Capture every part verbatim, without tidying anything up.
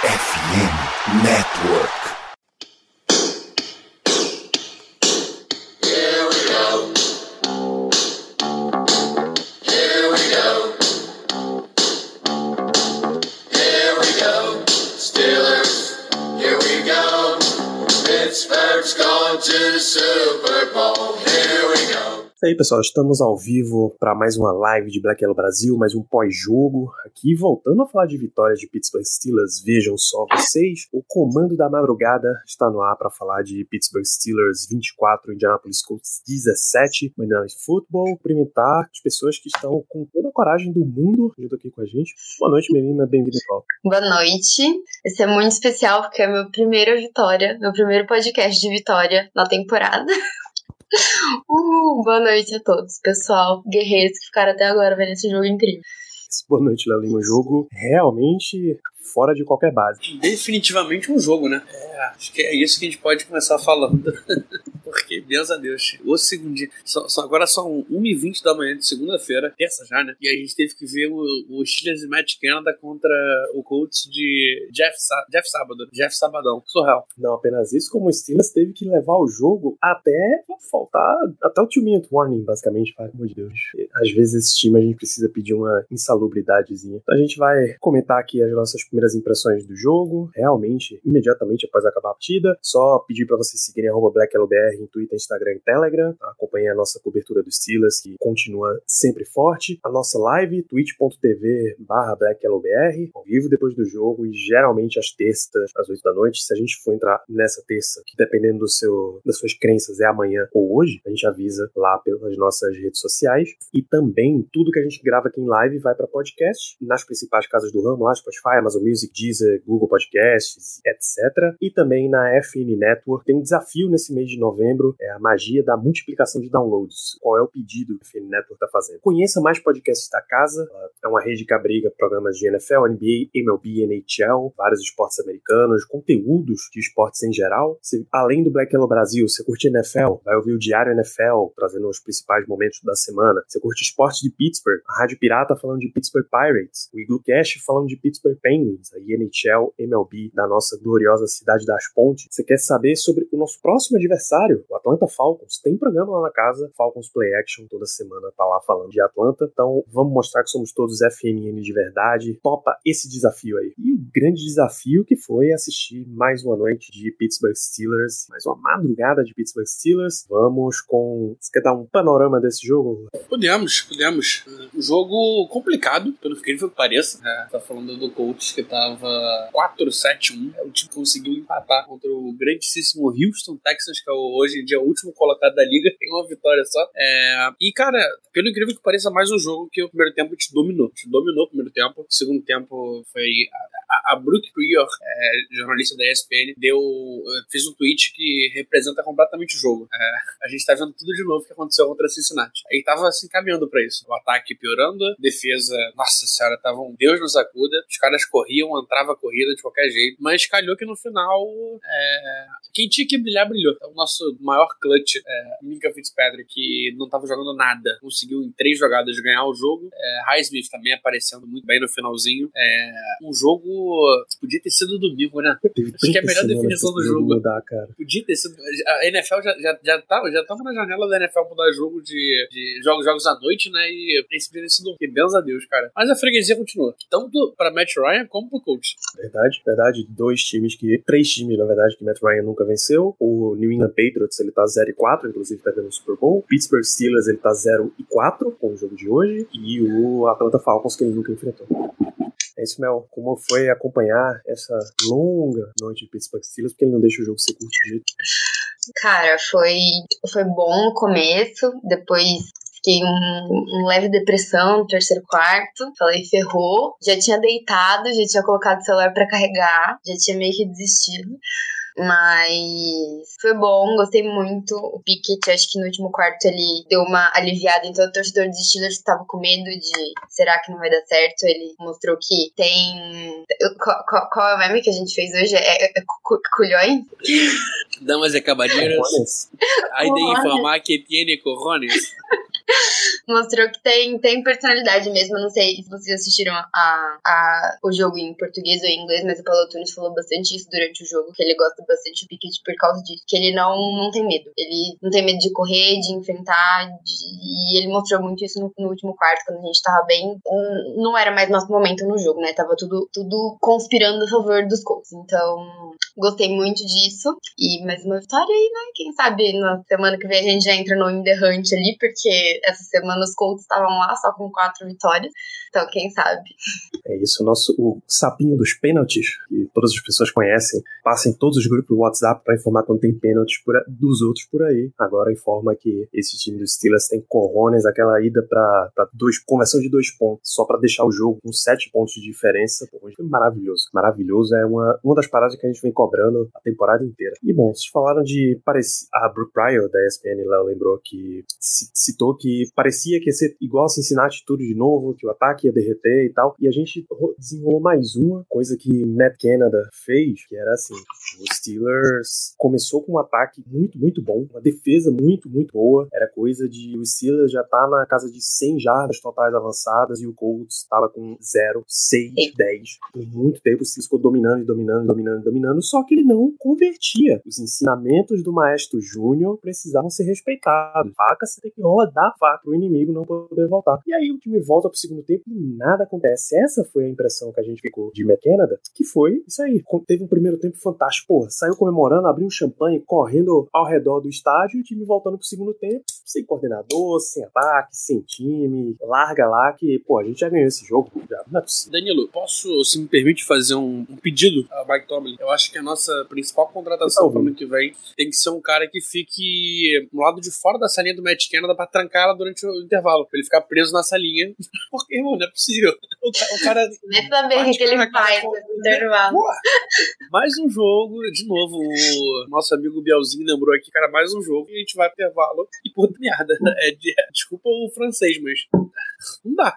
F M Network. Here we go. Here we go. Here we go. Steelers, here we go. Pittsburgh's going to the Super Bowl. Here we go. E aí, pessoal, estamos ao vivo para mais uma live de Black Yellow Brasil, mais um pós-jogo aqui, voltando a falar de vitórias de Pittsburgh Steelers. Vejam só vocês, o comando da madrugada está no ar para falar de Pittsburgh Steelers vinte e quatro, Indianapolis Colts dezessete, Monday Night Football. Cumprimentar as pessoas que estão com toda a coragem do mundo junto aqui com a gente. Boa noite, Melina, bem-vinda de volta. Boa noite, esse é muito especial porque é a minha primeira vitória, meu primeiro podcast de vitória na temporada. Uh, boa noite a todos, pessoal, guerreiros que ficaram até agora vendo esse jogo incrível. Boa noite, Léo Lima. Um jogo realmente fora de qualquer base. Definitivamente um jogo, né? É, acho que é isso que a gente pode começar falando. Porque, Deus a Deus, o segundo dia. Só, só, agora são uma e vinte da manhã de segunda-feira, terça já, né? E a gente teve que ver o, o Steelers e Matt Canada contra o Colts de Jeff, Jeff Sábado. Jeff Sabadão. Surreal. Não apenas isso, como o Steelers teve que levar o jogo até faltar, até o two-minute warning, basicamente. Pelo amor de Deus. Às vezes esse time a gente precisa pedir uma insalubridadezinha. Então a gente vai comentar aqui as nossas primeiras impressões do jogo, realmente, imediatamente após acabar a partida. Só pedir pra vocês seguirem arroba BlackLBR em Twitter, Instagram e Telegram. Acompanhem a nossa cobertura dos Steelers, que continua sempre forte. A nossa live, twitch.tv barra BlackLBR, ao vivo depois do jogo, e geralmente às terças, às oito da noite. Se a gente for entrar nessa terça, que dependendo do seu, das suas crenças é amanhã ou hoje, a gente avisa lá pelas nossas redes sociais. E também, tudo que a gente grava aqui em live vai para podcast, nas principais casas do ramo, lá Spotify, Amazon Music, Deezer, Google Podcasts, etcétera. E também na F N Network. Tem um desafio nesse mês de novembro, é a magia da multiplicação de downloads. Qual é o pedido que a F N Network está fazendo? Conheça mais podcasts da casa. É uma rede que abriga programas de N F L, N B A, M L B, N H L, vários esportes americanos, conteúdos de esportes em geral. Se, além do Black Yellow Brasil, você curte N F L, vai ouvir o Diário N F L, trazendo os principais momentos da semana. Você curte esportes de Pittsburgh, a Rádio Pirata falando de Pittsburgh Pirates, o Iglocast falando de Pittsburgh Penguins, a N H L, M L B, da nossa gloriosa cidade das Pontes. Você quer saber sobre o nosso próximo adversário, o Atlanta Falcons? Tem programa lá na casa, Falcons Play Action, toda semana tá lá falando de Atlanta. Então vamos mostrar que somos todos F N N de verdade. Topa esse desafio aí. E o grande desafio que foi assistir mais uma noite de Pittsburgh Steelers, mais uma madrugada de Pittsburgh Steelers. Vamos com... Você quer dar um panorama desse jogo? Podemos, podemos. Um jogo complicado, pelo incrível que pareça. É, tá falando do Colts que tava quatro sete um. É, o time conseguiu empatar contra o grandíssimo Houston Texans, que é o, hoje em dia o último colocado da liga. Tem uma vitória só. É, e, cara, pelo incrível que pareça, mais um jogo que o primeiro tempo te dominou. Te dominou o primeiro tempo. O segundo tempo foi... A, a Brooke Prior, é, jornalista da E S P N, deu, fez um tweet que representa completamente o jogo. É, a gente tá vendo tudo de novo que aconteceu contra a Cincinnati. Aí tava se encaminhando pra isso. O ataque piorando, defesa, nossa senhora, tava um Deus nos acuda. Os caras corriam, entrava a corrida de qualquer jeito. Mas calhou que no final, é, quem tinha que brilhar, brilhou. O nosso maior clutch, é, Minkah Fitzpatrick, que não tava jogando nada, conseguiu em três jogadas ganhar o jogo. É, Highsmith também aparecendo muito bem no finalzinho. É, um jogo podia ter sido domingo, né? Acho que é a melhor definição do jogo. Mudar, cara. Podia ter sido. A N F L já, já, já, tá, já tava na janela da N F L mudar jogo de, de jogos, jogos à noite, né? E esse podia ter sido. Que Deus a Deus, cara. Mas a freguesia continua. Tanto pra Matt Ryan como pro Colts. Verdade, verdade. Dois times que. Três times, na verdade, que Matt Ryan nunca venceu. O New England Patriots, ele tá zero e quatro, inclusive perdendo o Super Bowl. O Pittsburgh Steelers, ele tá zero e quatro com o jogo de hoje. E o Atlanta Falcons, que ele nunca enfrentou. É isso, Mel. Como foi acompanhar essa longa noite de Pittsburgh Steelers? Porque ele não deixa o jogo ser curtido. Cara, foi, foi bom no começo, depois fiquei um, um leve depressão no terceiro quarto, falei ferrou, já tinha deitado, já tinha colocado o celular pra carregar, já tinha meio que desistido. Mas foi bom, gostei muito. O Pickett, acho que no último quarto ele deu uma aliviada. Então o torcedor dos Steelers estava com medo de será que não vai dar certo. Ele mostrou que tem... Qual, qual, qual é o meme que a gente fez hoje? É, é, é culhões? Damas e caballeros, hay de informar que tiene cojones. Mostrou que tem, tem personalidade mesmo. Eu não sei se vocês assistiram a, a, o jogo em português ou em inglês, mas o Paulo Tunes falou bastante isso durante o jogo, que ele gosta bastante do Pickett por causa disso. Que ele não, não tem medo. Ele não tem medo de correr, de enfrentar, de, e ele mostrou muito isso no, no último quarto, quando a gente tava bem. Um, não era mais nosso momento no jogo, né? Tava tudo, tudo conspirando a favor dos Colts. Então, gostei muito disso. E mais uma vitória aí, né? Quem sabe na semana que vem a gente já entra no In The Hunt ali, porque essa semana os Colts estavam lá só com quatro vitórias. Então, quem sabe? É isso, o nosso o sapinho dos pênaltis, que todas as pessoas conhecem, passa em todos os grupos do WhatsApp para informar quando tem pênaltis por, dos outros por aí. Agora informa que esse time dos Steelers tem cojones, aquela ida para dois, conversão de dois pontos, só para deixar o jogo com sete pontos de diferença. Pô, foi maravilhoso. Maravilhoso, é uma, uma das paradas que a gente vem cobrando a temporada inteira. E bom, vocês falaram de pareci, a Brooke Pryor da E S P N lá lembrou que citou que parecia que ia ser igual a Cincinnati tudo de novo, que o ataque ia derreter e tal, e a gente desenrolou mais uma coisa que Matt Canada fez, que era assim, os Steelers começou com um ataque muito, muito bom, uma defesa muito, muito boa, era coisa de o Steelers já tá na casa de cem jardas totais avançadas e o Colts tava com zero, seis, dez, por muito tempo o Steelers ficou dominando, dominando, dominando, dominando, só que ele não convertia. Os ensinamentos do Maestro Júnior precisavam ser respeitados. Faca, você tem que rodar a faca pro inimigo não poder voltar. E aí o time volta pro segundo tempo e nada acontece. Essa foi a impressão que a gente ficou de Matt Canada, que foi isso aí. Teve um primeiro tempo fantástico. Porra, saiu comemorando, abriu um champanhe, correndo ao redor do estádio e o time voltando pro segundo tempo, sem coordenador, sem ataque, sem time, larga lá que, pô, a gente já ganhou esse jogo. Já não é possível. Danilo, posso, se me permite, fazer um, um pedido ao Mike Tomlin? Eu acho que a nossa principal contratação para o ano que vem tem que ser um cara que fique no lado de fora da salinha do Matt Canada pra trancar ela durante o intervalo, pra ele ficar preso na salinha. Porque, irmão, não é possível. O, o cara... Nem saber o que ele faz no intervalo. Mais um jogo, de novo, o nosso amigo Bielzinho lembrou aqui, cara, mais um jogo e a gente vai pro intervalo e puta merda. É, de, desculpa o francês, mas não dá.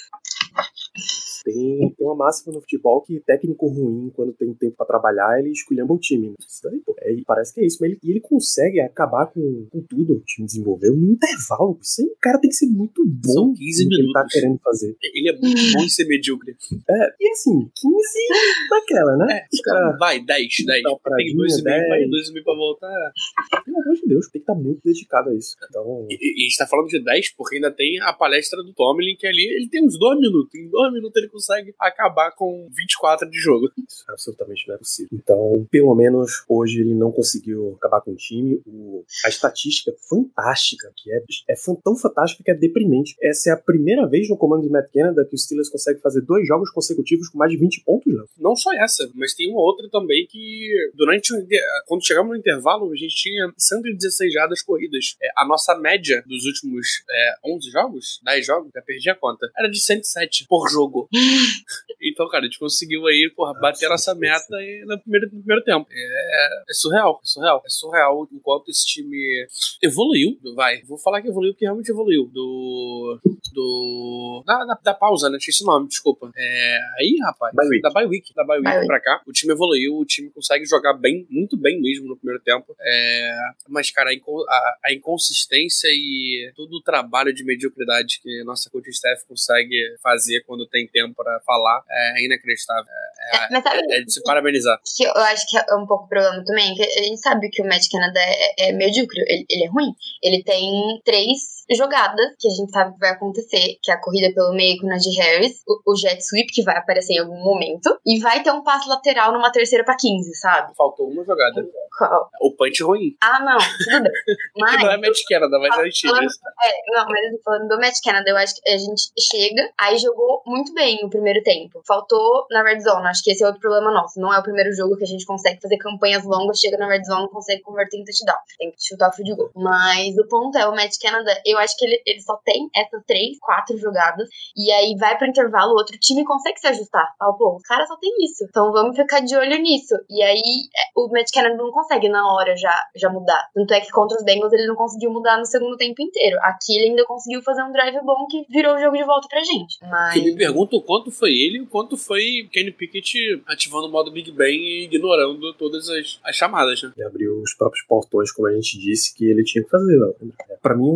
Tem, tem uma máxima no futebol que técnico ruim, quando tem tempo pra trabalhar, ele esculhamba o time. Né? Isso daí, pô, é, parece que é isso. Mas ele, e ele consegue acabar com, com tudo. O time desenvolveu no intervalo. Isso aí, o cara tem que ser muito bom. São quinze minutos. Que ele tá querendo fazer. Ele é muito bom em ser medíocre. É, e assim, quinze daquela, né? É, cara, vai, dez, dez. Tem dois e meio, vai dois e meio pra voltar. Pelo amor de Deus, tem que estar muito dedicado a isso. Então... E, e a gente tá falando de dez porque ainda tem a palestra do Tomlin, que ali ele tem uns dois minutos. Em dois minutos ele consegue acabar com vinte e quatro de jogo. Isso absolutamente não é possível. Então, pelo menos hoje ele não conseguiu acabar com o time. O, a estatística fantástica, que é, é tão fantástica que é deprimente. Essa é a primeira vez no comando de Matt Canada que o Steelers consegue fazer dois jogos consecutivos com mais de vinte pontos, né? Não só essa, mas tem uma outra também que durante o, quando chegamos no intervalo a gente tinha cento e dezesseis jardas corridas. É, a nossa média dos últimos é, onze jogos, dez jogos, já perdi a conta, era de cento e sete por jogo. Então, cara, a gente conseguiu aí, porra, bater a nossa meta aí no primeiro, no primeiro tempo. É, é surreal, é surreal. É surreal enquanto esse time evoluiu, vai. Vou falar que evoluiu porque realmente evoluiu. Do... do... Da, da, da pausa, né? Tinha esse nome, desculpa. É... Aí, rapaz. Bye week. Da bye week. Da bye week Bye pra cá. O time evoluiu, o time consegue jogar bem, muito bem mesmo no primeiro tempo. É... Mas, cara, a, inco... a, a inconsistência e todo o trabalho de mediocridade que a nossa coaching staff consegue fazer quando tem tempo pra falar é inacreditável. É, é, Mas sabe, é, é de se parabenizar. que eu acho que é um pouco o problema também, que a gente sabe que o Matt Canada é, é medíocre, ele, ele é ruim. Ele tem três jogadas que a gente sabe que vai acontecer, que é a corrida pelo meio com o Najee Harris, o, o jet sweep, que vai aparecer em algum momento, e vai ter um passe lateral numa terceira pra quinze, sabe? Faltou uma jogada. Qual? O punch ruim. Ah, não, tudo bem. Mas... não é Matt Canada, mas é time. É, não, mas falando do Matt Canada, eu acho que a gente chega, aí jogou muito bem o primeiro tempo. Faltou na red zone, acho que esse é outro problema nosso. Não é o primeiro jogo que a gente consegue fazer campanhas longas, chega na red zone, não consegue converter em touchdown. Tem que chutar o field goal. Mas o ponto é, o Matt Canada, eu acho que ele, ele só tem essas três, quatro jogadas, e aí vai pro intervalo, o outro time consegue se ajustar. Fala, pô, o cara só tem isso, então vamos ficar de olho nisso. E aí o Matt Canada não consegue na hora já, já mudar. Tanto é que contra os Bengals ele não conseguiu mudar no segundo tempo inteiro. Aqui ele ainda conseguiu fazer um drive bom que virou o jogo de volta pra gente. Mas... Eu me pergunto o quanto foi ele e o quanto foi Kenny Pickett ativando o modo Big Ben e ignorando todas as, as chamadas, né? Ele abriu os próprios portões, como a gente disse, que ele tinha que fazer. Não. Pra mim, o retrato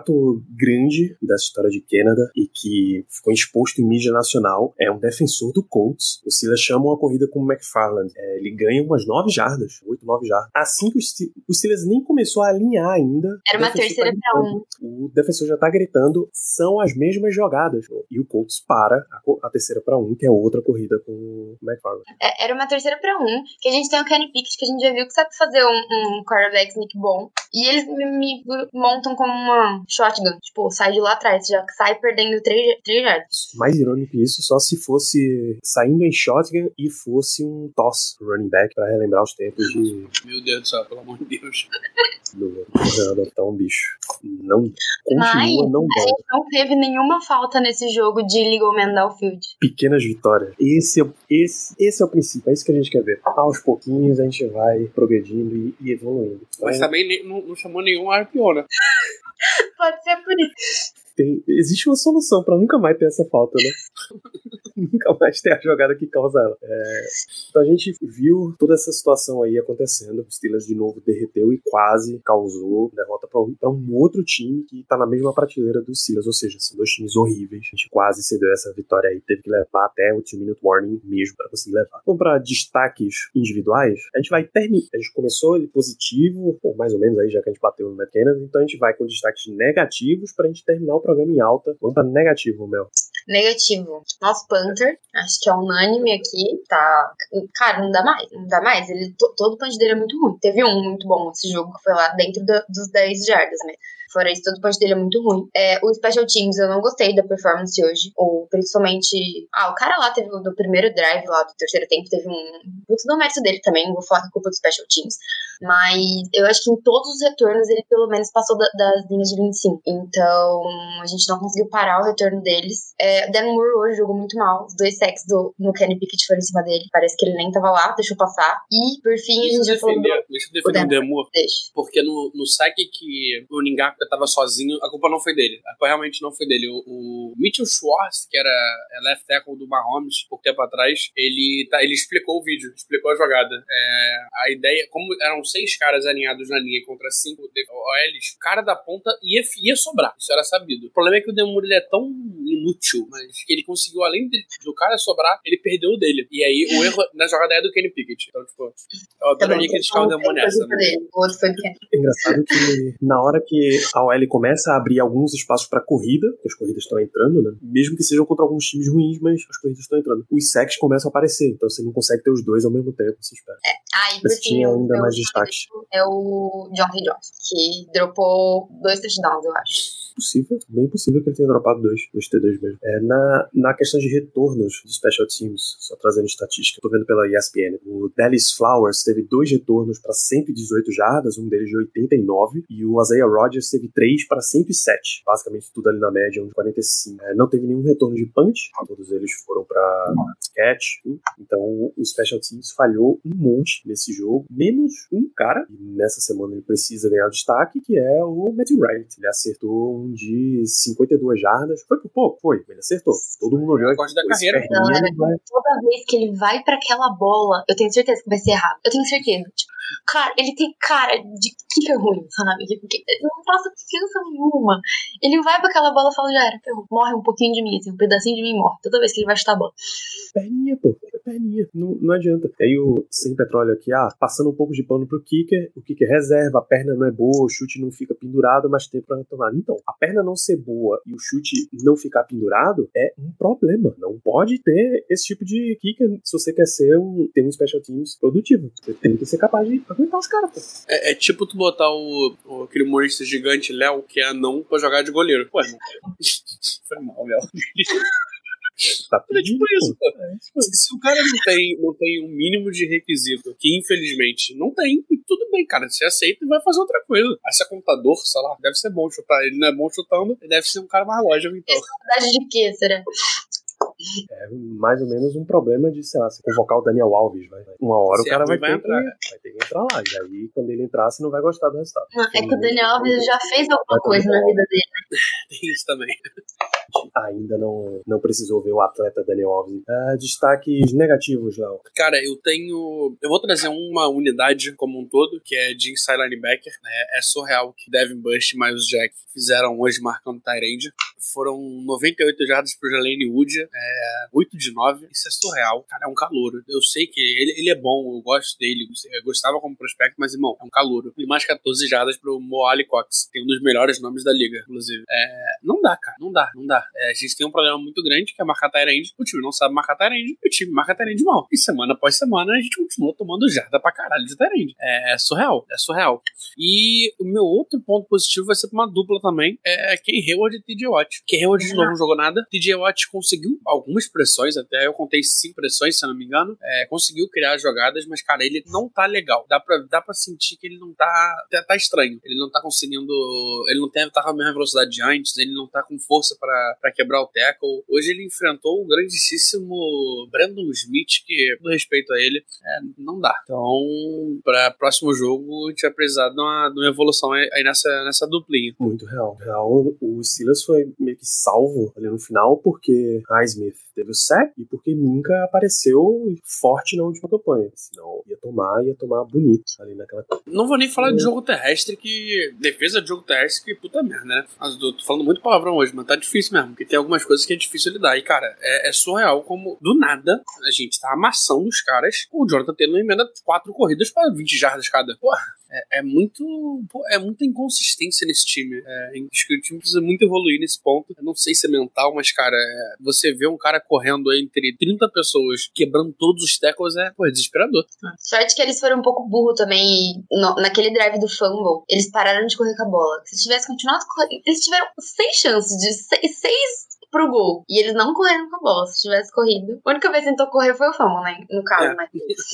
fato grande dessa história de Canada e que ficou exposto em mídia nacional é um defensor do Colts. O Steelers chama uma corrida com o McFarland. É, ele ganha umas nove jardas, oito, nove jardas. Assim que o Steelers nem começou a alinhar ainda. Era uma terceira tá pra um. O defensor já tá gritando, são as mesmas jogadas. E o Colts para a, a terceira pra um, que é outra corrida com o McFarland. É, era uma terceira pra um, que a gente tem o Kenny Pickett, que a gente já viu que sabe fazer um, um quarterback sneak bom. E eles me, me montam como uma shotgun. Tipo, sai de lá atrás, já sai perdendo três jardas. Mais irônico que isso, só se fosse saindo em shotgun e fosse um toss running back pra relembrar os tempos de... Meu Deus do céu, pelo amor de Deus. Do treinador tá um bicho. Não, Mas continua, não a gente não teve nenhuma falta nesse jogo de legal man downfield. Pequenas vitórias. Esse, é- esse, esse é o princípio, é isso que a gente quer ver. Aos pouquinhos a gente vai progredindo e, e evoluindo. Mas Então, também nem- não, não chamou nenhum R P O, né? Pode ser por isso. tem, existe uma solução pra nunca mais ter essa falta, né? Nunca mais ter a jogada que causa ela. É, então a gente viu toda essa situação aí acontecendo. O Steelers de novo derreteu e quase causou derrota pra um, pra um outro time que tá na mesma prateleira dos Steelers. Ou seja, são dois times horríveis. A gente quase cedeu essa vitória aí. Teve que levar até o two-minute warning mesmo pra conseguir levar. Vamos pra destaques individuais. A gente vai terminar. A gente começou ele positivo, ou mais ou menos aí, já que a gente bateu no Matt Canada. Então a gente vai com destaques negativos pra gente terminar o programa em alta. Vamos pra negativo, Mel. Negativo. Nosso Panther, acho que é unânime aqui, tá... Cara, não dá mais, não dá mais. Ele, to- todo o punch dele é muito ruim. Teve um muito bom esse jogo, que foi lá dentro da- dos dez jardas, né? Fora isso, todo o punch dele é muito ruim. É, o Special Teams, eu não gostei da performance de hoje. Ou, principalmente... Ah, o cara lá teve, do primeiro drive lá do terceiro tempo, teve um... Muito do mérito dele também, não vou falar que é culpa do Special Teams. Mas eu acho que em todos os retornos ele pelo menos passou da- das linhas de vinte e cinco. Então, a gente não conseguiu parar o retorno deles. É, o Dan Moore hoje jogou muito mal. Os dois sacks do, no Kenny Pickett foram em cima dele. Parece que ele nem tava lá, deixou passar. E, por fim, a Deixa eu gente já falou do... defender, deixa eu defender o Dan. Demur. Deixa. Porque no, no saque que o Ningaka tava sozinho, a culpa não foi dele. A culpa realmente não foi dele. O, o Mitchell Schwartz, que era left tackle do Mahomes por tempo atrás, ele, tá, ele explicou o vídeo, explicou a jogada. É, a ideia, como eram seis caras alinhados na linha contra cinco O Ls, o cara da ponta ia, ia sobrar. Isso era sabido. O problema é que o Demur ele é tão inútil, mas que ele conseguiu, além de, do cara sobrar, ele perdeu o dele. E aí o erro na jogada é do Kenny Pickett. Então, tipo, eu Tá bom, adoraria que eles ficavam então, Demur foi nessa. culpa Né? dele. O outro foi do Kenny. É engraçado que na hora que a O L começa a abrir alguns espaços pra corrida, porque as corridas estão entrando, né? Mesmo que sejam contra alguns times ruins, mas as corridas estão entrando. Os sacks começam a aparecer, então você não consegue ter os dois ao mesmo tempo, você espera. Ah, e por Mas fim, tinha o ainda meu mais destaques. é o John T. Jones, que dropou dois touchdowns, eu acho. Possível, bem possível que ele tenha dropado dois, dois T Ds mesmo. É, na, na questão de retornos dos Special Teams, só trazendo estatística, tô vendo pela E S P N, o Dallas Flowers teve dois retornos para cento e dezoito jardas, um deles de oitenta e nove, e o Isaiah Rodgers teve três para cento e sete, basicamente tudo ali na média, um de quarenta e cinco. É, não teve nenhum retorno de punch, todos eles foram para catch, então o Special Teams falhou um monte nesse jogo, menos um cara, e nessa semana ele precisa ganhar o destaque, que é o Matthew Wright. Ele acertou um de cinquenta e duas jardas, foi por pouco, foi, ele acertou. Todo mundo olhou É o corte da "Pô, esse carreira, perninha Galera, não vai-" toda vez que ele vai pra aquela bola, eu tenho certeza que vai ser errado. Eu tenho certeza. Tipo, cara, ele tem cara de kicker ruim, sabe? Porque não passa confiança nenhuma. Ele vai pra aquela bola e fala, já era, ferrou. Morre um pouquinho de mim, assim, um pedacinho de mim morre. Toda vez que ele vai chutar a bola. Perninha, pô, é perninha, não, não adianta. Aí o Sem Petróleo aqui, ah, passando um pouco de pano pro kicker, o kicker reserva, a perna não é boa, o chute não fica pendurado, mas tem pra retornar. Então, a perna não ser boa e o chute não ficar pendurado é um problema. Não pode ter esse tipo de kicker se você quer ser um, ter um Special Teams produtivo. Você tem que ser capaz de aguentar os caras, pô. É, é tipo tu botar o, o aquele humorista gigante Léo, que é anão, pra jogar de goleiro. Pô, irmão. Foi mal, Léo. Tá É pedindo, tipo isso, pô. pô. Se, se o cara não tem, não tem um mínimo de requisito, que infelizmente não tem, tudo bem, cara. Você aceita e vai fazer outra coisa. Aí se é computador, sei lá, deve ser bom chutar. Ele não é bom chutando, ele deve ser um cara mais lógico, então. Saudade de quê, será? É mais ou menos um problema de, sei lá, se convocar o Daniel Alves, vai. Uma hora Se o cara é vai, ruim, ter vai que, entrar. vai ter que entrar lá. E aí, quando ele entrar, você não vai gostar do resultado. Não, é que o Daniel Alves já fez alguma coisa na vida dele. Tem isso também. Ainda não, não precisou ver o atleta Daniel Alves. Ah, destaques negativos, Léo. Cara, eu tenho... Eu vou trazer uma unidade como um todo, que é de inside linebacker. É, é surreal que Devin Bush e Miles Jack fizeram hoje marcando tight end. Foram noventa e oito jardas pro Jelani Wood, é, oito de nove. Isso é surreal. Cara, é um calouro. Eu sei que ele, ele é bom, eu gosto dele. Eu gostava como prospecto, mas, irmão, é um calouro. E mais quatorze jardas pro Mo Alie-Cox. Tem um dos melhores nomes da liga, inclusive. É, não dá, cara. Não dá, não dá. É, a gente tem um problema muito grande, que é marcar tight end. O time não sabe marcar tight end. E o time marca tight end mal. E semana após semana, a gente continua tomando jarda pra caralho de tight end. É, é surreal. É surreal. E o meu outro ponto positivo vai ser pra uma dupla também. É Ken Hayward e T J Watt. Ken Hayward de novo não jogou nada. T J Watt conseguiu algumas pressões, até eu contei cinco pressões, se eu não me engano. É, conseguiu criar jogadas, mas, cara, ele não tá legal. Dá pra, dá pra sentir que ele não tá... Tá, tá estranho. Ele não tá conseguindo... Ele não tem, tá com a mesma velocidade de antes. Ele não tá com força pra, pra quebrar o tackle. Hoje ele enfrentou o grandíssimo Brandon Smith, que, com respeito a ele, é, não dá. Então, pra próximo jogo, a gente vai precisar de uma, de uma evolução aí nessa, nessa duplinha. Muito real. Real, o Steelers foi meio que salvo ali no final porque Highsmith teve o sack e porque Minka apareceu forte na última campanha. Senão ia tomar, ia tomar bonito ali naquela campanha. Não vou nem falar de jogo terrestre, que defesa de jogo terrestre, que puta merda, né? Mas eu tô falando muito palavrão hoje, mas tá difícil mesmo, porque tem algumas coisas que é difícil lidar. E, cara, é, é surreal como, do nada, a gente tá amassando os caras. O Jonathan Taylor emenda quatro corridas pra vinte jardas cada. Porra, é, é muito... Pô, é muita inconsistência nesse time. É, acho que o time precisa muito evoluir nesse ponto. Eu não sei se é mental, mas, cara, é, você vê um cara correndo entre trinta pessoas, quebrando todos os tackles, é, pô, é desesperador. Sorte que eles foram um pouco burro também no, naquele drive do fumble. Eles pararam de correr com a bola. Se tivesse continuado correndo, eles tiveram seis chances de seis, seis pro gol. E eles não correram com a bola. Se tivesse corrido, a única vez que tentou correr foi o fumble, né? No caso, É. mas...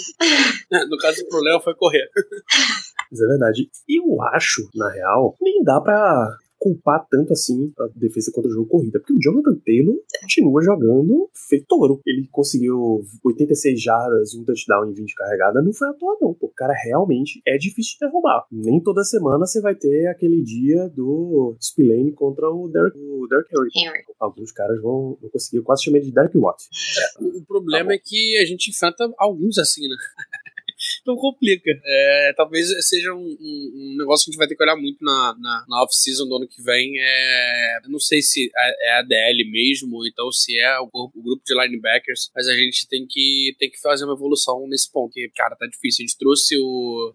É, no caso, o problema foi correr. Mas é verdade. Eu acho, na real, nem dá pra culpar tanto assim a defesa contra o jogo corrida, porque o Jonathan Taylor continua jogando feito touro. Ele conseguiu oitenta e seis jardas e um touchdown em vinte carregadas, não foi à toa não, o cara realmente é difícil de derrubar. Nem toda semana você vai ter aquele dia do Spillane contra o Derrick, o Derrick Henry. Henry. Alguns caras vão, vão conseguir, eu quase chamei de Derrick Watt. É, O problema Tá bom. é que a gente enfrenta alguns assim, né? Então complica. É, talvez seja um, um, um negócio que a gente vai ter que olhar muito na, na, na off-season do ano que vem. É, eu não sei se é a D L mesmo, ou então se é o, o grupo de linebackers, mas a gente tem que, tem que fazer uma evolução nesse ponto. Porque, cara, tá difícil. A gente trouxe o...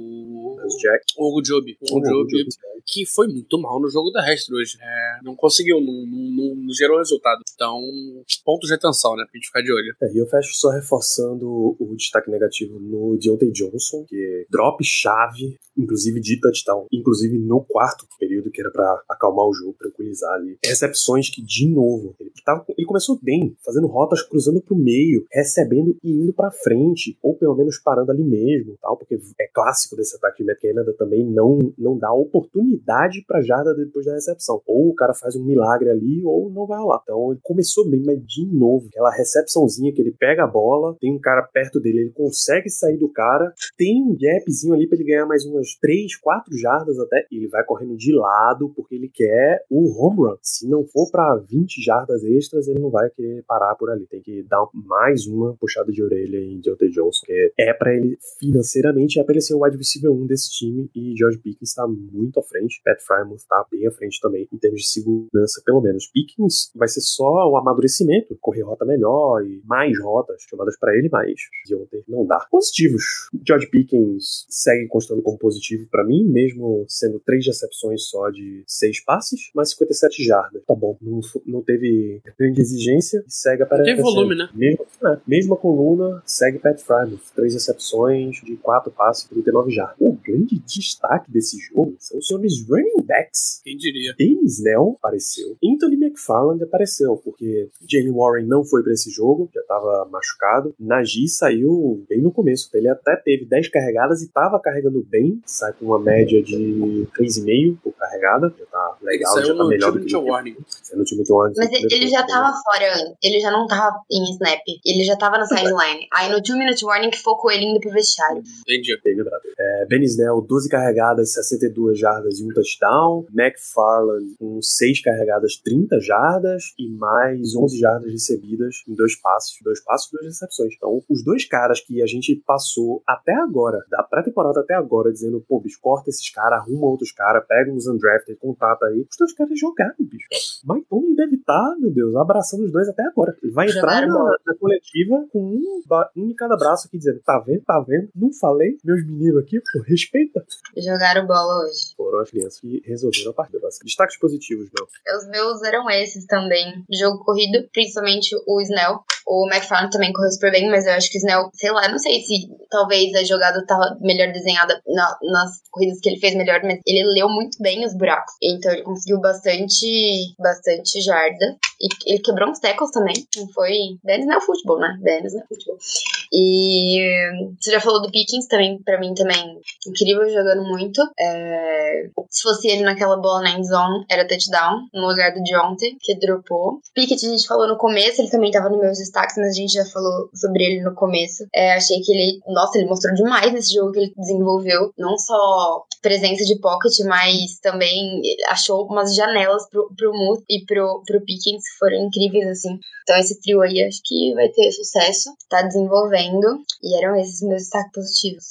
o Os Jack. o Ogunjobi, o Ogunjobi, que foi muito mal no jogo terrestre hoje. É, não conseguiu, não, não, não gerou resultado. Então, ponto de atenção, né? Pra gente ficar de olho. É, e eu fecho só reforçando o destaque negativo no Deontay Johnson, que drop chave, inclusive de touchdown, inclusive no quarto período, que era pra acalmar o jogo, tranquilizar ali. Recepções que, de novo, ele, tava, ele começou bem, fazendo rotas, cruzando pro meio, recebendo e indo pra frente, ou pelo menos parando ali mesmo, tal, porque é clássico desse ataque de Matt Canada também não, não dá oportunidade pra jarda depois da recepção. Ou o cara faz um milagre ali, ou não vai rolar. Então ele começou bem, mas de novo, aquela recepçãozinha que ele pega a bola, tem um cara perto dele, ele consegue sair do cara, tem um gapzinho ali pra ele ganhar mais umas três, quatro jardas até, e ele vai correndo de lado, porque ele quer o home run. Se não for pra vinte jardas extras, ele não vai querer parar por ali. Tem que dar mais uma puxada de orelha em Deontay Johnson, que é pra ele, financeiramente, é pra ele ser o wide receiver um desse time, e George Pickens tá muito à frente. Pat Frymouth tá bem à frente também, em termos de segurança, pelo menos. Pickens vai ser só o amadurecimento, correr rota melhor e mais rotas chamadas pra ele, mas Deontay não dá. Positivos. George Pickens segue constando como positivo pra mim, mesmo sendo três recepções só de seis passes, mas cinquenta e sete jardas. Tá bom, não, não teve grande exigência e segue aparecendo. Tem volume, né? Mesmo, é, mesma coluna, segue Pat Frymouth. Três recepções de quatro passes, trinta e nove jardas. O grande destaque desse jogo são os senhores Os running backs. Quem diria? Benny Snell apareceu. Anthony McFarland apareceu, porque Jalen Warren não foi pra esse jogo, já tava machucado. Najee saiu bem no começo. Ele até teve dez carregadas e tava carregando bem. Sai com uma média de três vírgula cinco por carregada. Já tá legal, Ele já tá melhor do que... Warning. Saiu no time Warning. Mas ele, ele já tava fora antes. Ele já não tava em snap. Ele já tava na sideline. Aí no two minute warning que focou ele indo pro vestiário. Entendi. Bem lembrado. É, Benny Snell, doze carregadas, sessenta e duas jardas e um touchdown. McFarland com seis carregadas, trinta jardas e mais onze jardas recebidas em dois passos. Dois passos e duas recepções. Então, os dois caras que a gente passou até agora, da pré-temporada até agora, dizendo, pô, bicho, corta esses caras, arruma outros caras, pega uns undrafted, contata aí. Os dois caras jogaram, bicho. Mike Tomlin deve estar, meu Deus, abraçando os dois até agora. Ele vai entrar na, na coletiva com um, um em cada braço aqui, dizendo, tá vendo, tá vendo? Não falei? Meus meninos aqui, pô, respeita. Jogaram bola hoje. Foram as crianças que resolveram a partida. Destaques positivos, não. Os meus eram esses também. Jogo corrido, principalmente o Snell. O McFarland também correu super bem, mas eu acho que o Snell, sei lá, não sei se talvez a jogada tava melhor desenhada na, nas corridas que ele fez melhor, mas ele leu muito bem os buracos. Então ele conseguiu bastante, bastante jarda. E ele quebrou uns tackles também. Não foi... Dennis não é futebol, né? Dennis não é futebol. E você já falou do Pickens também, pra mim também. Incrível, jogando muito. É... Se fosse ele naquela bola na end zone, era touchdown, no lugar do Deontay, que dropou. Pickett a gente falou no começo, ele também tava nos meus destaques, mas a gente já falou sobre ele no começo. É, achei que ele... Nossa, ele mostrou demais nesse jogo que ele desenvolveu. Não só presença de pocket, mas também achou umas janelas pro, pro Muth e pro, pro Pickens, foram incríveis, assim. Então esse trio aí acho que vai ter sucesso, tá desenvolvendo, e eram esses meus destaques positivos.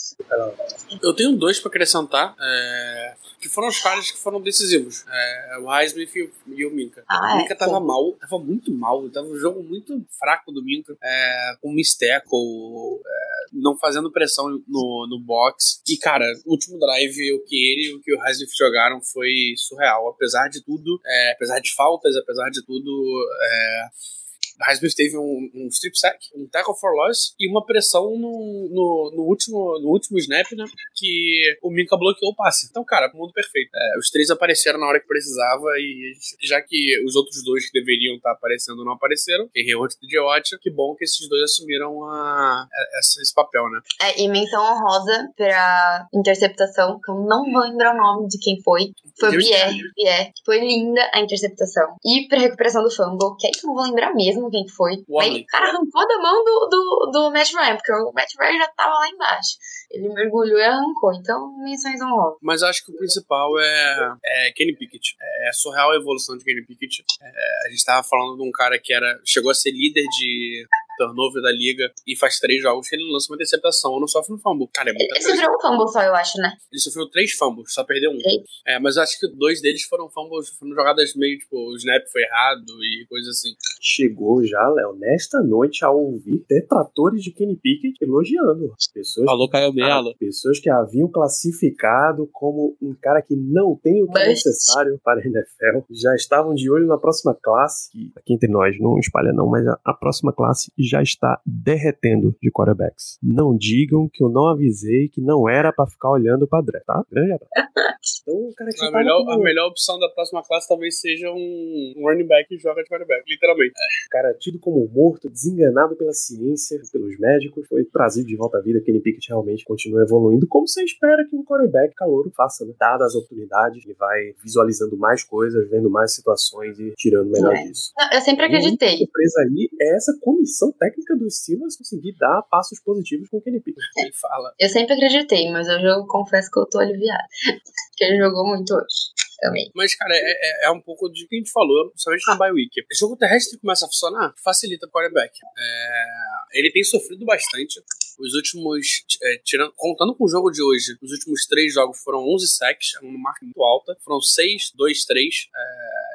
Eu tenho dois pra acrescentar, é... que foram os caras que foram decisivos. É... o Highsmith e o, e o Minka. Ah, o Minka é, tava sim. mal, tava muito mal, tava um jogo muito fraco do Minka, é... com miss tackle, é... não fazendo pressão no, no box. E, cara, o último drive, o que ele e o que o Highsmith jogaram foi surreal. Apesar de tudo, é... apesar de faltas, apesar de tudo, é... o Highsmith teve um, um strip sack, um tackle for loss e uma pressão no, no, no, último, no último snap, né? Que o Minka bloqueou o passe. Então, cara, o mundo perfeito. É, os três apareceram na hora que precisava e já que os outros dois que deveriam estar aparecendo não apareceram, errei outro idiota, que bom que esses dois assumiram a, a, essa, esse papel, né? É, e menção honrosa pra interceptação, que eu não vou lembrar o nome de quem foi. Foi o Pierre, Pierre. Foi linda a interceptação. E pra recuperação do fumble, que aí que eu não vou lembrar mesmo quem foi. Mas o cara arrancou da mão do, do, do Matt Ryan, porque o Matt Ryan já tava lá embaixo. Ele mergulhou e arrancou. Então, menções honrosas. Mas acho que o principal é, é Kenny Pickett. É surreal a evolução de Kenny Pickett. É, a gente tava falando de um cara que era, chegou a ser líder de turnover da liga e faz três jogos que ele não lança uma interceptação ou não sofre um fumble. Cara, é muita Ele sofreu um fumble só, eu acho, né? Ele sofreu três fumbles, só perdeu um. Três. É, mas eu acho que dois deles foram fumbles, foram jogadas meio, tipo, o snap foi errado e coisa assim. Chegou já, Léo, nesta noite a ouvir detratores de Kenny Pickett elogiando. Pessoas, Falou, Caio Melo. Pessoas que haviam classificado como um cara que não tem o que é necessário para a N F L, já estavam de olho na próxima classe, que aqui entre nós não espalha não, mas a, a próxima classe já está derretendo de quarterbacks. Não digam que eu não avisei que não era pra ficar olhando pra draft, tá? Grande abraço. Então, o cara que a, melhor, a melhor opção da próxima classe talvez seja um, um running back que joga de quarterback, literalmente. O cara tido como morto, desenganado pela ciência, pelos médicos, foi trazido de volta à vida. Kenny Pickett realmente continua evoluindo, como você espera que um quarterback calouro faça, né? Dadas as oportunidades, ele vai visualizando mais coisas, vendo mais situações e tirando o melhor é. disso. Não, eu sempre acreditei. A surpresa aí é essa comissão técnica dos Steelers conseguir dar passos positivos com o Kenny Pickett. Ele fala. Eu sempre acreditei, mas hoje eu confesso que eu tô aliviada. Porque ele jogou muito hoje. Também. Mas, cara, é, é, é um pouco de que a gente falou, principalmente no bye week. O jogo terrestre começa a funcionar, facilita o quarterback. É, ele tem sofrido bastante. Os últimos, é, tirando, contando com o jogo de hoje, os últimos três jogos foram onze sacks, uma marca muito alta. Foram seis, dois, três. É,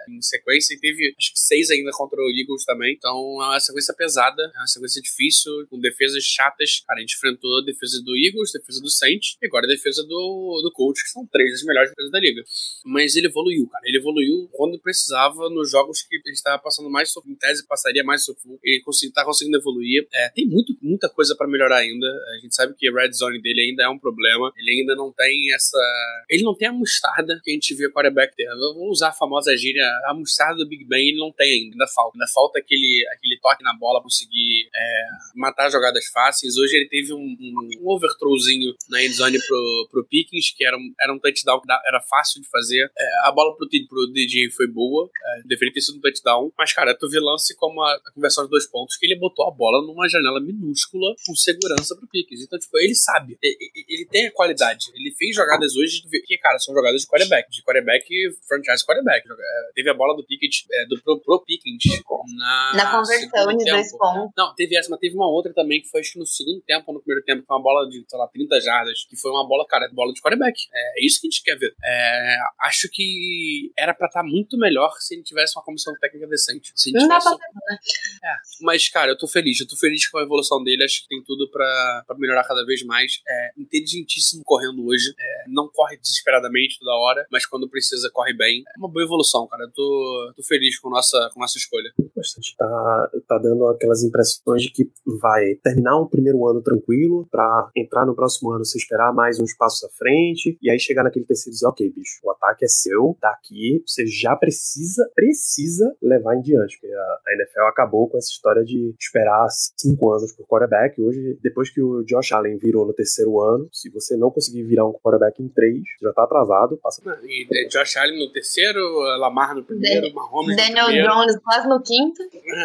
em sequência, e teve acho que seis ainda contra o Eagles também. Então é uma sequência pesada, é uma sequência difícil, com defesas chatas. Cara, a gente enfrentou a defesa do Eagles, a defesa do Saints e agora a defesa do, do Colts, que são três das melhores defesas da liga. Mas ele evoluiu, cara. Ele evoluiu quando precisava, nos jogos que ele estava passando mais sofrido. Em tese, passaria mais sofrido. Ele consegui, tá conseguindo evoluir. É, tem muito, muita coisa pra melhorar ainda. A gente sabe que a red zone dele ainda é um problema. Ele ainda não tem essa... Ele não tem a mostarda que a gente vê quarterback ter. Eu vou usar a famosa gíria. A mostarda do Big Ben ele não tem ainda. Ainda falta. Ainda falta aquele, aquele toque na bola, conseguir é, matar jogadas fáceis. Hoje ele teve um, um, um overthrowzinho na endzone pro, pro Pickens, que era um, era um touchdown que era fácil de fazer. É, a bola pro, pro D J foi boa. É, deveria ter sido um touchdown. Mas, cara, tu vê lance como a, a conversão de dois pontos, que ele botou a bola numa janela minúscula com segurança pro Pickens. Então, tipo, ele sabe. Ele, ele tem a qualidade. Ele fez jogadas hoje que, cara, são jogadas de quarterback. De quarterback, franchise quarterback. É, teve a bola do Pickens, é, do pro, pro Pickens na, na conversão de dois pontos. Não, teve essa, mas teve uma outra também que foi acho que no segundo tempo ou no primeiro tempo, que foi uma bola de, sei lá, trinta jardas, que foi uma bola, cara, bola de quarterback. É, é isso que a gente quer ver. É, acho que era pra estar muito melhor se a gente tivesse uma comissão técnica decente. Se a gente Não tivesse... dá pra ter, né? É, mas, cara, eu tô feliz. Eu tô feliz com a evolução dele. Acho que tem tudo pra, pra melhorar cada vez mais. É inteligentíssimo correndo hoje. É, não corre desesperadamente toda hora, mas quando precisa, corre bem. É uma boa evolução, cara. Eu tô, tô feliz com nossa, com nossa escolha. Bastante. Tá, tá dando aquelas impressões de que vai terminar um primeiro ano tranquilo pra entrar no próximo ano, você esperar mais uns passos à frente e aí chegar naquele terceiro e dizer, ok, bicho, o ataque é seu, daqui você já precisa, precisa levar em diante, porque a, a N F L acabou com essa história de esperar cinco anos por quarterback. Hoje, depois que o Josh Allen virou no terceiro ano, se você não conseguir virar um quarterback em três, já tá atrasado, passa. E é, Josh Allen no terceiro, Lamar no primeiro, Mahomes Daniel no primeiro. Jones quase no quinto.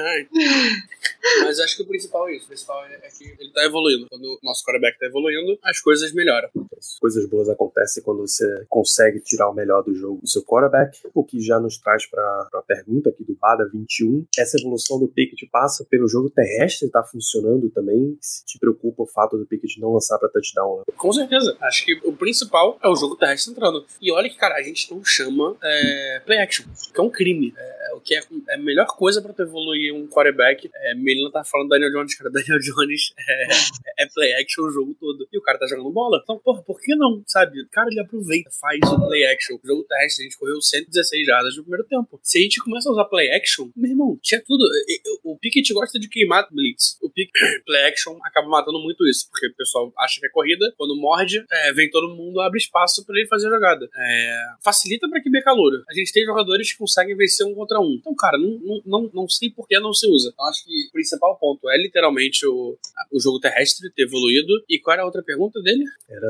Mas acho que o principal é isso. O principal é que ele tá evoluindo. Quando o nosso quarterback tá evoluindo, as coisas melhoram. Coisas boas acontecem quando você consegue tirar o melhor do jogo do seu quarterback, o que já nos traz para a pergunta aqui do Bada vinte e um. Essa evolução do Pickett passa pelo jogo terrestre, tá funcionando também? Se te preocupa o fato do Pickett não lançar para touchdown, né? Com certeza. Acho que o principal é o jogo terrestre entrando. E olha que, cara, a gente não chama é, play action, que é um crime. É, o que é, é a melhor coisa para tu evoluir um quarterback. É, Melina tá falando do Daniel Jones, cara. Daniel Jones é, é play action o jogo todo. E o cara tá jogando bola. Então, porra, por que não? Sabe? Cara, ele aproveita, faz o play action. O jogo terrestre, a gente correu cento e dezesseis jardas no primeiro tempo. Se a gente começa a usar play action, meu irmão, tinha tudo. O Pickett gosta de queimar blitz. O Pickett, play action acaba matando muito isso, porque o pessoal acha que é corrida, quando morde, é, vem todo mundo, abre espaço pra ele fazer a jogada. É, facilita pra que B calouro. A gente tem jogadores que conseguem vencer um contra um. Então, cara, não, não, não, não sei por que não se usa. Então, acho que o principal ponto é literalmente o, o jogo terrestre ter evoluído. E qual era a outra pergunta dele? Era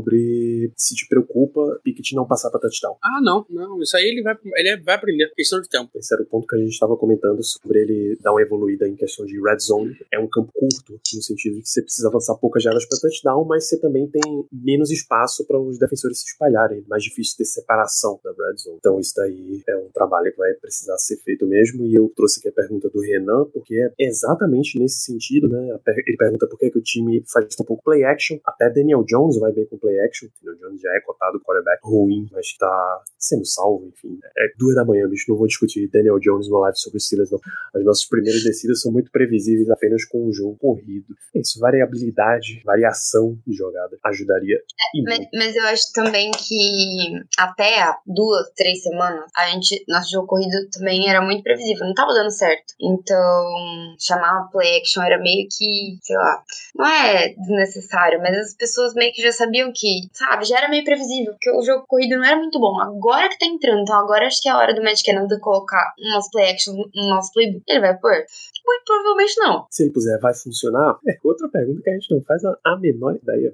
sobre se te preocupa Pickett não passar pra touchdown. Ah, não, não. Isso aí ele vai, ele vai aprender. Questão de tempo. Esse era o ponto que a gente estava comentando sobre ele dar uma evoluída em questão de red zone. É um campo curto, no sentido de que você precisa avançar poucas jardas para touchdown, mas você também tem menos espaço para os defensores se espalharem. Mais difícil ter separação da red zone. Então isso daí é um trabalho que vai precisar ser feito mesmo. E eu trouxe aqui a pergunta do Renan, porque é exatamente nesse sentido, né? Ele pergunta por que, que o time faz um pouco play action. Até Daniel Jones vai bem com play action. Daniel Jones já é cotado quarterback ruim, mas tá sendo salvo, enfim. É duas da manhã, bicho. Não vou discutir Daniel Jones no live sobre os Steelers, não. As nossas primeiras descidas são muito previsíveis apenas com o jogo corrido. É isso, variabilidade, variação de jogada ajudaria. É, mas, mas eu acho também que até há duas, três semanas, a gente, nosso jogo corrido também era muito previsível, não tava dando certo. Então, chamar uma play action era meio que, sei lá, não é desnecessário, mas as pessoas meio que já sabiam que, sabe, já era meio previsível, porque o jogo corrido não era muito bom. Agora que tá entrando, então agora acho que é a hora do Matt Canada colocar umas play action no nosso playbook. Ele vai pôr? Muito provavelmente não. Se ele puser, vai funcionar? É outra pergunta que a gente não faz a, a menor ideia.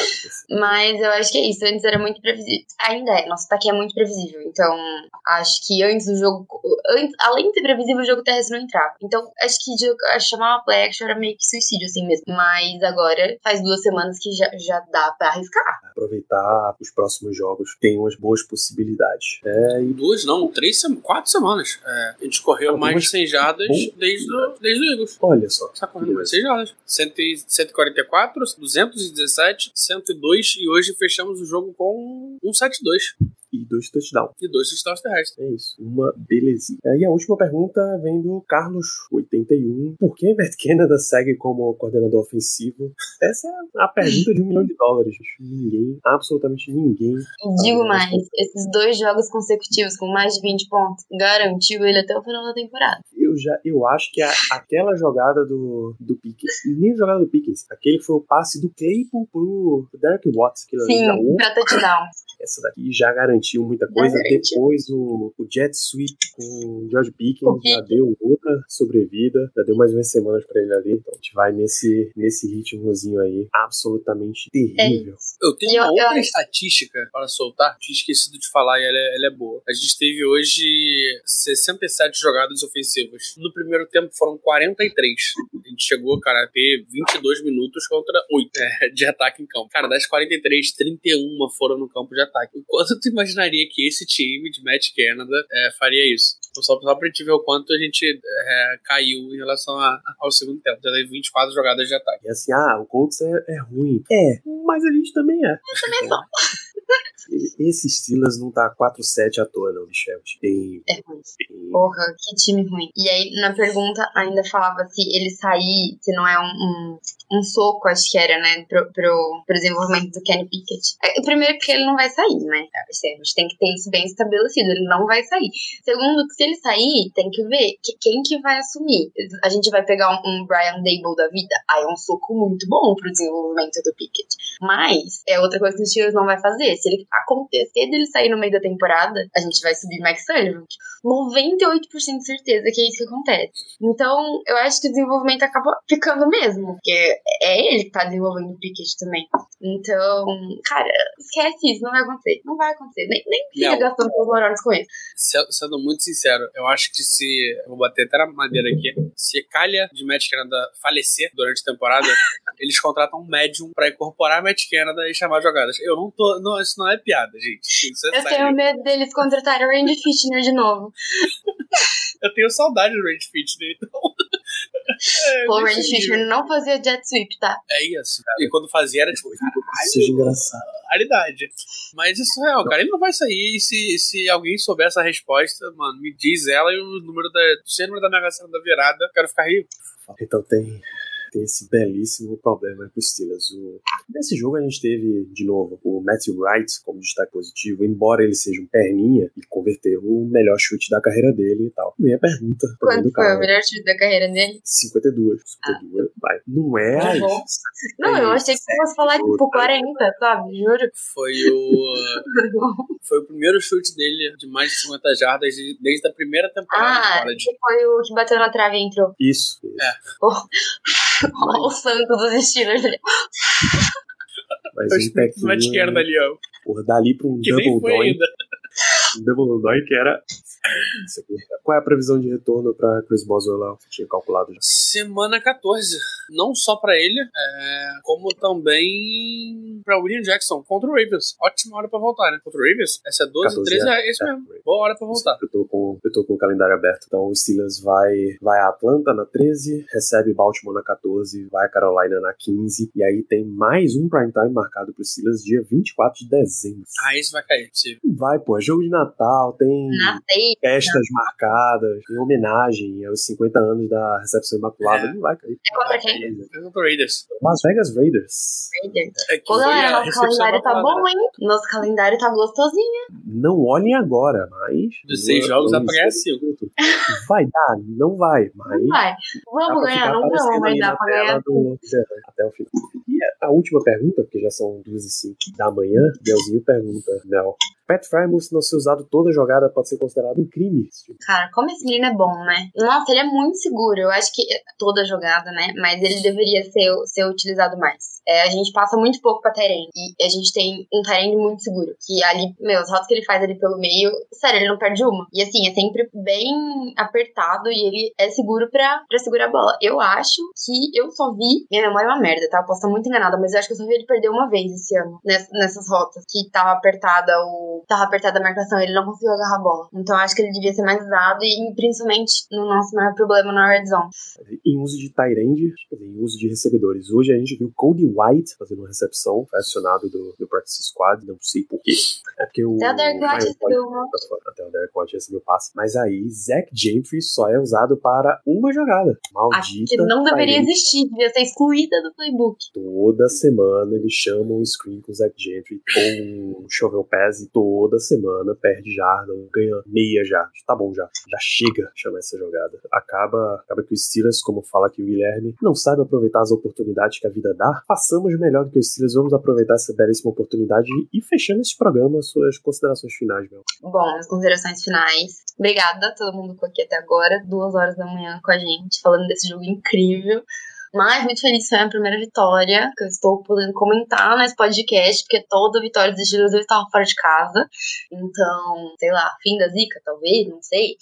Mas eu acho que é isso. Antes era muito previsível. Ainda é. Nosso ataque é muito previsível. Então, acho que antes do jogo... Antes, além de ser previsível, o jogo terrestre não entrava. Então, acho que chamar uma play action era meio que suicídio, assim mesmo. Mas agora, faz duas semanas que já, já dá pra arriscar. Aproveitar os próximos jogos. Tem umas boas possibilidades. É, e... Duas, não. Três, quatro semanas. É, a gente correu ah, mais de cem jardas desde o Desde o Eagles. Olha só. Tá correndo mais seis jardas. cento e quarenta e quatro, duzentos e dezessete, cento e dois e hoje fechamos o jogo com cento e setenta e dois. e dois touchdowns. E dois touchdowns terrestres. É isso, uma belezinha. E a última pergunta vem do Carlos, oitenta e um. Por que Matt Canada segue como coordenador ofensivo? Essa é a pergunta de um milhão de dólares. Ninguém, absolutamente ninguém. E digo mais, esses dois jogos consecutivos com mais de vinte pontos garantiu ele até o final da temporada. Eu já, eu acho que a, aquela jogada do, do Pickens, nem a jogada do Pickens, aquele foi o passe do Claypool pro Derek Watts. Sim, pra touchdown. Essa daqui já garantiu muita coisa. Depois o, o jet sweep com o George Pickens já deu outra sobrevida, já deu mais umas semanas pra ele ali. Então a gente vai nesse, nesse ritmozinho aí, absolutamente terrível. É. Eu tenho eu, uma outra eu... estatística para soltar, tinha esquecido de falar e ela é, ela é boa. A gente teve hoje sessenta e sete jogadas ofensivas. No primeiro tempo foram quarenta e três. A gente chegou, cara, a ter vinte e dois minutos contra oito é, de ataque em campo. Cara, das quarenta e três, trinta e um foram no campo de ataque. O quanto tu imaginaria que esse time de Matt Canada é, faria isso? Então, só, só pra gente ver o quanto a gente é, caiu em relação a, ao segundo tempo. Já teve vinte e quatro jogadas de ataque. E assim, ah, o Colts é, é ruim. É, mas a gente também é. Eu também sou. Esse Steelers não tá quatro a sete à toa, não, bicho. Bem, é ruim. Bem... Porra, que time ruim. E aí, na pergunta, ainda falava se ele sair, se não é um, um, um soco, acho que era, né, pro, pro, pro desenvolvimento do Kenny Pickett. É, primeiro, porque ele não vai sair, né? A gente tem que ter isso bem estabelecido. Ele não vai sair. Segundo, que se ele sair, tem que ver que, quem que vai assumir. A gente vai pegar um, um Brian Daboll da vida. Aí é um soco muito bom pro desenvolvimento do Pickett. Mas é outra coisa que o Steelers não vai fazer. Se ele acontecer dele sair no meio da temporada, a gente vai subir Mike Sullivan. noventa e oito por cento de certeza que é isso que acontece. Então, eu acho que o desenvolvimento acaba ficando mesmo, porque é ele que tá desenvolvendo o Pickett também. Então, cara, esquece isso, não vai acontecer. Não vai acontecer. Nem, nem fica gastando seus neurônios com isso. Sendo muito sincero, eu acho que se... Eu vou bater até na madeira aqui. Se calha de Matt Canada falecer durante a temporada, eles contratam um médium pra incorporar Matt Canada e chamar jogadas. Eu não tô... Não, isso não é piada, gente. Isso é eu sério. tenho medo deles contratarem o Randy Fitner de novo. Eu tenho saudade do Randy Fitner, então... É, Pô, o Randy Fitner não fazia jet sweep, tá? É isso. E quando fazia era tipo... Seja engraçado. Raridade. Mas isso é real, cara. Ele não vai sair. E se, se alguém souber essa resposta, mano, me diz ela e o número da... Se o número da Mega Sena da virada, eu quero ficar rico. Então tem... Tem esse belíssimo problema com os Steelers. O... Nesse jogo a gente teve, de novo, o Matthew Wright como destaque positivo, embora ele seja um perninha, e converteu o melhor chute da carreira dele e tal. Minha pergunta também Quanto do foi cara. o melhor chute da carreira dele? cinquenta e dois. cinquenta e dois, ah. Vai. Não é Tá as... bom. Não, eu achei que você fosse falar tipo quarenta, sabe? Juro. Foi o... foi o primeiro chute dele de mais de cinquenta jardas desde a primeira temporada ah, de college. Ah, foi o que bateu na trave e entrou. Isso. isso. É. Oh. O santo dos Steelers. Mas um tequinho... Matt Canada ali, ó. Porra, dali pra um que double doink. Ainda. Um double doink era... Isso aqui. Qual é a previsão de retorno pra Chris Boswell lá? Você tinha calculado já? Semana catorze. Não só pra ele, é, como também pra William Jackson contra o Ravens. Ótima hora pra voltar, né? Contra o Ravens? Essa é doze, treze, é isso mesmo. Boa hora pra voltar. Eu tô, com, eu tô com o calendário aberto. Então o Steelers vai, vai a Atlanta na treze, recebe Baltimore na catorze, vai a Carolina na quinze, e aí tem mais um prime time marcado pro Steelers dia vinte e quatro de dezembro. Ah, isso vai cair, possível. Vai, pô. É jogo de Natal, tem... Natei. Festas marcadas, em homenagem aos cinquenta anos da recepção imaculada, é. Não vai cair. É contra quem? É contra o Raiders. Las Vegas Raiders. Raiders. É Pô, galera, nosso calendário tá bom, hein? Nosso calendário tá gostosinho. Não olhem agora, mas... Dos seis jogos dá pra ganhar cinco. Vai dar, não vai, mas... Não vai. Vamos ganhar, não vamos, mas dá pra ganhar. Do... Até o final. E a última pergunta, porque já são duas e cinco da manhã, Belzinho pergunta, Mel... Pat Frymouth não ser usado toda jogada pode ser considerado um crime. Cara, como esse menino é bom, né? Nossa, ele é muito seguro. Eu acho que toda jogada, né? Mas ele deveria ser, ser utilizado mais. É, a gente passa muito pouco pra Tyrande. E a gente tem um Tyrande muito seguro. Que ali, meu, os rotas que ele faz ali pelo meio, sério, ele não perde uma. E assim, é sempre bem apertado e ele é seguro pra, pra segurar a bola. Eu acho que eu só vi... Minha memória é uma merda, tá? Eu posso estar muito enganada, mas eu acho que eu só vi ele perder uma vez esse ano. Ness, nessas rotas. Que tava apertada o... tipo, tava apertada a marcação, ele não conseguiu agarrar a bola. Então acho que ele devia ser mais usado e principalmente no nosso maior problema na red zone. Em uso de tight end, em uso de recebedores. Hoje a gente viu Cody White fazendo uma recepção, foi acionado do, do practice squad, não sei porquê. É porque o Até o Derek White recebeu uma. Até o Derek White recebeu passe. Mas aí, Zach Gentry só é usado para uma jogada. Maldita. Acho que não deveria existir, devia ser excluída do playbook. Toda semana eles chamam um screen com o Zach Gentry ou um shovel pass e toda semana perde jarda, ganha meia jarda. Tá bom já. Já chega chamar essa jogada. Acaba, acaba que o Steelers, como fala aqui o Guilherme, não sabe aproveitar as oportunidades que a vida dá. Façamos melhor do que os Steelers, vamos aproveitar essa belíssima oportunidade e fechando esse programa, suas considerações finais, meu. Bom, as considerações finais. Obrigada a todo mundo que ficou aqui até agora, duas horas da manhã com a gente, falando desse jogo incrível. Mas muito feliz, foi a minha primeira vitória, que eu estou podendo comentar nesse podcast, porque toda vitória dos Steelers eu estava fora de casa. Então, sei lá, fim da zica, talvez, não sei.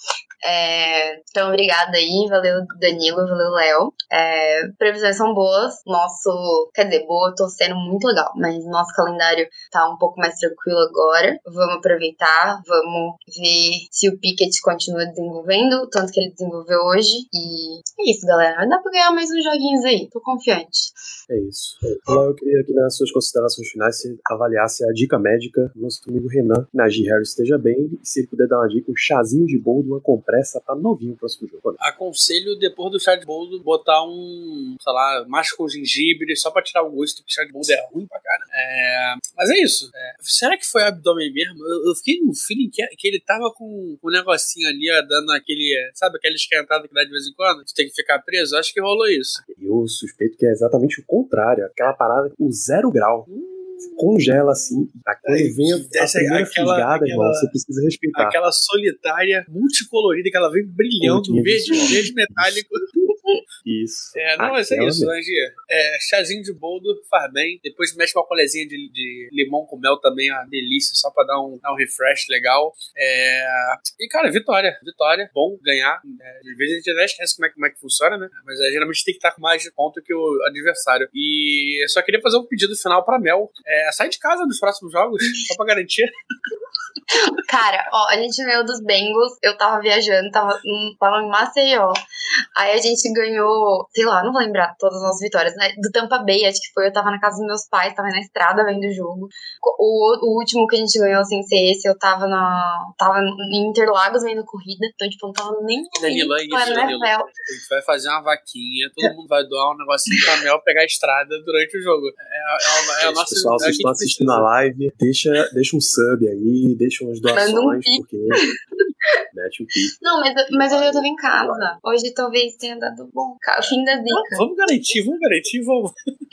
É, então, obrigada aí, valeu Danilo, valeu Léo. É, previsões são boas, nosso, quer dizer, boa, tô sendo muito legal, mas nosso calendário tá um pouco mais tranquilo agora. Vamos aproveitar, vamos ver se o Pickett continua desenvolvendo, tanto que ele desenvolveu hoje. E é isso, galera, vai dar pra ganhar mais uns joguinhos aí, tô confiante. É isso. Léo, eu queria que nas suas considerações finais você avaliasse a dica médica. Nosso amigo Renan, Najee Harris esteja bem, e se ele puder dar uma dica, um chazinho de boldo, uma compressa, tá novinho o próximo jogo. Aconselho, depois do chá de boldo, botar um, sei lá, macho com gengibre, só pra tirar o gosto, porque chá de boldo é ruim pra cara. É... Mas é isso. É... Será que foi abdômen mesmo? Eu, eu fiquei no feeling que, que ele tava com um negocinho ali, ó, dando aquele, sabe, aquela esquentada que dá de vez em quando? Você tem que ficar preso? Acho que rolou isso. Eu suspeito que é exatamente o contrário, aquela parada, o zero grau. Hum. Congela assim, quando é, vem a, a primeira aquela, fisgada, aquela, irmão, você precisa respeitar. Aquela solitária, multicolorida, que ela vem brilhando, verde, verde metálico. Isso. É, não, mas é isso, Angia. É, chazinho de boldo faz bem. Depois mexe uma colezinha de, de limão com mel também, é uma delícia, só pra dar um, dar um refresh legal. É... E, cara, vitória. Vitória. Bom ganhar. É, às vezes a gente até esquece como é, como é que funciona, né? Mas é, geralmente tem que estar com mais de ponto que o adversário. E eu só queria fazer um pedido final pra Mel. É, sai de casa nos próximos jogos, só pra garantir. Cara, ó, a gente ganhou dos Bengals, eu tava viajando, tava, tava em Maceió. Aí a gente ganhou, sei lá, não vou lembrar todas as nossas vitórias, né? Do Tampa Bay, acho que foi, eu tava na casa dos meus pais, tava na estrada vendo o jogo. O, o último que a gente ganhou sem ser esse, eu tava na tava em Interlagos vendo corrida, então tipo, não tava nem Danilo, é isso, Danilo. A gente vai fazer uma vaquinha, todo mundo vai doar um negocinho pra Mel pegar a estrada durante o jogo. É, é, é, é a nossa... Pessoal, vocês estão assistindo a live, deixa, deixa um sub aí, deixa umas doações, um porque... Mete o pique. Não, mas, mas hoje eu tava em casa. Hoje talvez tenha dado bom. Fim da zica. Vamos garantir, vamos garantir, vamos.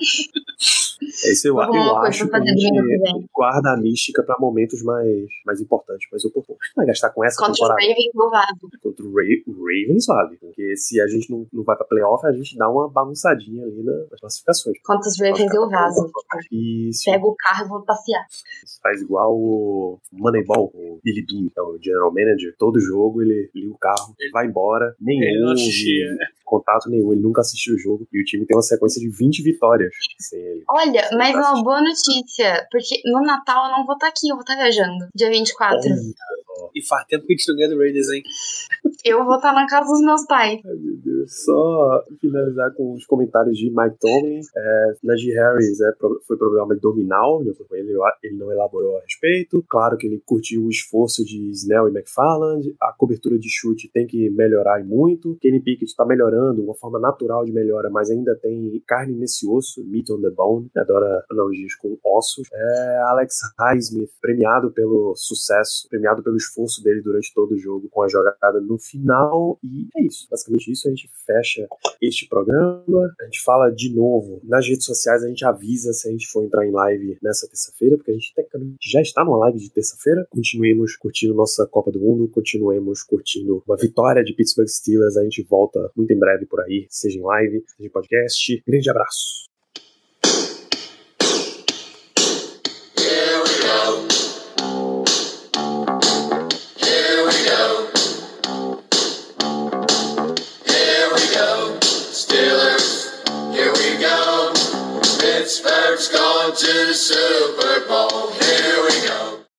É isso, eu, eu acho que a gente guarda a mística pra momentos mais, mais importantes, mais oportunos. Vai gastar com essa contra temporada. Contra o Ravens, não vale. Contra o Ra- Ravens, vale. Porque se a gente não, não vai pra playoff, a gente dá uma bagunçadinha ali nas classificações. Contra os Ravens, eu vazo. Isso. Pego o carro e vou passear. Faz igual o Moneyball, o Billy Bean, que é o General Manager. Todo jogo ele liga o carro, ele vai embora, nenhum contato nenhum, ele nunca assistiu o jogo e o time tem uma sequência de vinte vitórias sem ele. Olha, mas uma assistir. Boa notícia, porque no Natal eu não vou estar aqui, eu vou estar viajando, dia vinte e quatro. Oh, e faz tempo que a gente não ganha do Raiders, hein? Eu vou estar na casa dos meus pais. Ai, meu Deus. Só finalizar com os comentários de Mike Tomlin. É, Najee Harris é, foi problema abdominal, ele, ele não elaborou a respeito. Claro que ele curtiu o esforço de Snell e McFarland. A cobertura de chute tem que melhorar muito. Kenny Pickett está melhorando, uma forma natural de melhora, mas ainda tem carne nesse osso, meat on the bone. Adora analogias com ossos. É, Alex Highsmith, premiado pelo sucesso, premiado pelo esforço dele durante todo o jogo, com a jogada no final. E é isso. Basicamente isso, a gente fecha este programa. A gente fala de novo nas redes sociais, a gente avisa se a gente for entrar em live nessa terça-feira, porque a gente tecnicamente já está numa live de terça-feira. Continuemos curtindo nossa Copa do Mundo, continuemos curtindo uma vitória de Pittsburgh Steelers. A gente volta muito em breve por aí, seja em live, seja em podcast. Grande abraço. Pittsburgh's going to the Super Bowl. Here we go.